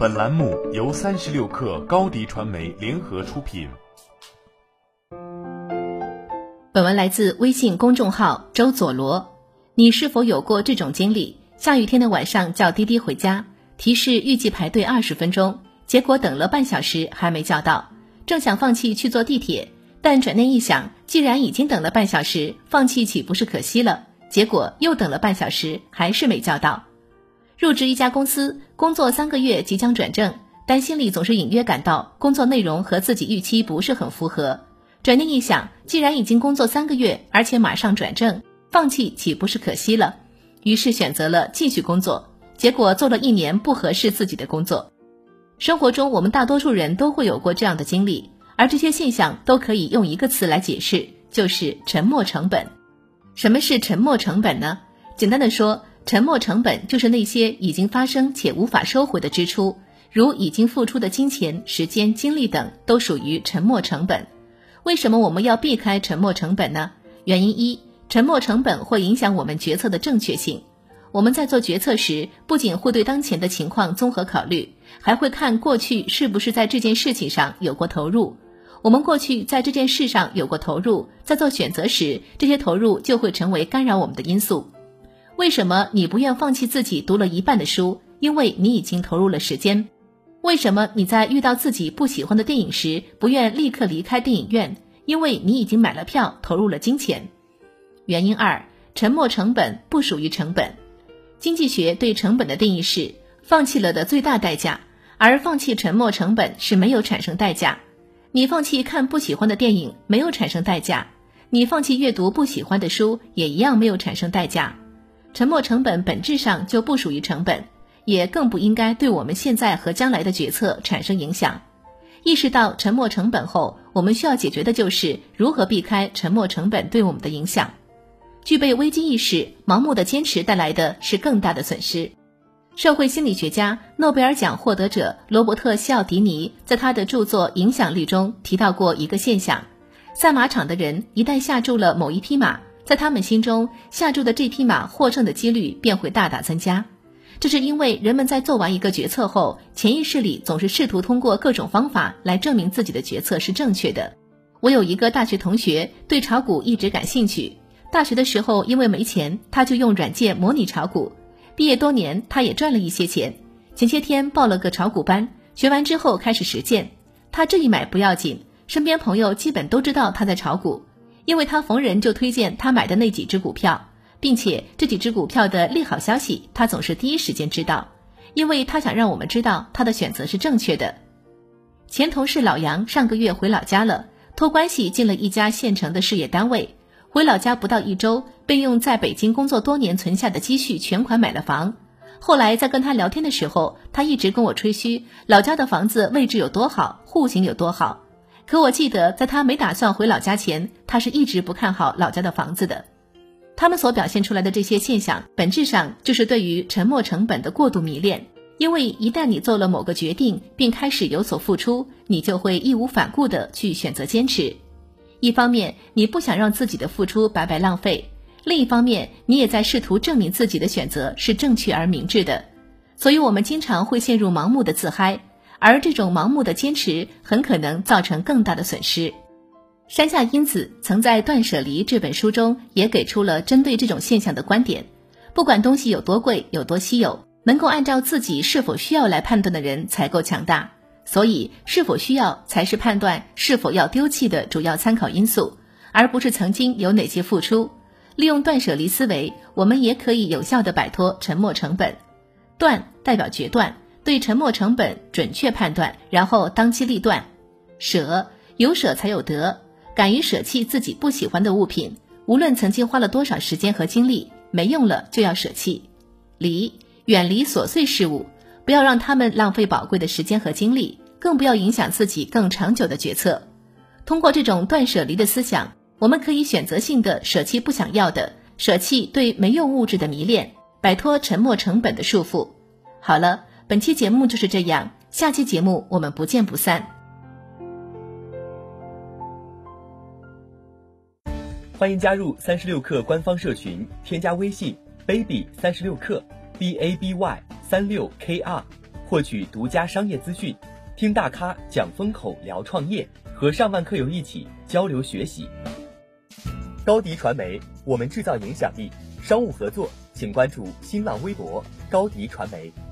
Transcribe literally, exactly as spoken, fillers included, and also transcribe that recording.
本栏目由三十六氪高迪传媒联合出品。 本文来自微信公众号周佐罗。你是否有过这种经历？下雨天的晚上叫滴滴回家，提示预计排队二十分钟，结果等了半小时还没叫到。正想放弃去坐地铁，但转念一想，既然已经等了半小时，放弃岂不是可惜了？结果又等了半小时还是没叫到。入职一家公司，工作三个月即将转正，但心里总是隐约感到工作内容和自己预期不是很符合。转念一想，既然已经工作三个月，而且马上转正，放弃岂不是可惜了？于是选择了继续工作，结果做了一年不合适自己的工作。生活中我们大多数人都会有过这样的经历，而这些现象都可以用一个词来解释，就是沉没成本。什么是沉没成本呢？简单的说，沉没成本就是那些已经发生且无法收回的支出，如已经付出的金钱、时间、精力等都属于沉没成本。为什么我们要避开沉没成本呢？原因一，沉没成本会影响我们决策的正确性。我们在做决策时，不仅会对当前的情况综合考虑，还会看过去是不是在这件事情上有过投入。我们过去在这件事上有过投入，在做选择时，这些投入就会成为干扰我们的因素。为什么你不愿放弃自己读了一半的书？因为你已经投入了时间。为什么你在遇到自己不喜欢的电影时，不愿立刻离开电影院？因为你已经买了票，投入了金钱。原因二，沉没成本不属于成本。经济学对成本的定义是放弃了的最大代价，而放弃沉没成本是没有产生代价。你放弃看不喜欢的电影，没有产生代价；你放弃阅读不喜欢的书，也一样没有产生代价。沉没成本本质上就不属于成本，也更不应该对我们现在和将来的决策产生影响。意识到沉没成本后，我们需要解决的就是如何避开沉没成本对我们的影响。具备危机意识，盲目的坚持带来的是更大的损失。社会心理学家、诺贝尔奖获得者罗伯特·西奥迪尼在他的著作《影响力》中提到过一个现象：赛马场的人一旦下注了某一匹马，在他们心中，下注的这匹马获胜的几率便会大大增加。这是因为人们在做完一个决策后，潜意识里总是试图通过各种方法来证明自己的决策是正确的。我有一个大学同学对炒股一直感兴趣，大学的时候因为没钱，他就用软件模拟炒股。毕业多年，他也赚了一些钱。前些天报了个炒股班，学完之后开始实践。他这一买不要紧，身边朋友基本都知道他在炒股，因为他逢人就推荐他买的那几只股票，并且这几只股票的利好消息他总是第一时间知道，因为他想让我们知道他的选择是正确的。前同事老杨上个月回老家了，托关系进了一家县城的事业单位，回老家不到一周，便用在北京工作多年存下的积蓄全款买了房。后来在跟他聊天的时候，他一直跟我吹嘘老家的房子位置有多好，户型有多好。可我记得在他没打算回老家前，他是一直不看好老家的房子的。他们所表现出来的这些现象，本质上就是对于沉没成本的过度迷恋。因为一旦你做了某个决定，并开始有所付出，你就会义无反顾地去选择坚持。一方面，你不想让自己的付出白白浪费；另一方面，你也在试图证明自己的选择是正确而明智的。所以我们经常会陷入盲目的自嗨，而这种盲目的坚持很可能造成更大的损失。山下英子曾在《断舍离》这本书中也给出了针对这种现象的观点：不管东西有多贵，有多稀有，能够按照自己是否需要来判断的人才够强大。所以是否需要才是判断是否要丢弃的主要参考因素，而不是曾经有哪些付出。利用断舍离思维，我们也可以有效地摆脱沉没成本。断代表决断，对沉没成本准确判断，然后当机立断。舍，有舍才有得，敢于舍弃自己不喜欢的物品，无论曾经花了多少时间和精力，没用了就要舍弃。离，远离琐碎事物，不要让他们浪费宝贵的时间和精力，更不要影响自己更长久的决策。通过这种断舍离的思想，我们可以选择性的舍弃不想要的，舍弃对没用物质的迷恋，摆脱沉没成本的束缚。好了，本期节目就是这样，下期节目我们不见不散。 欢迎加入三十六氪官方社群，添加微信 baby 三十六氪 b a b y 三六 k r 获取独家商业资讯，听大咖讲风口聊创业，和上万客友一起交流学习。高迪传媒，我们制造影响力。商务合作请关注新浪微博高迪传媒。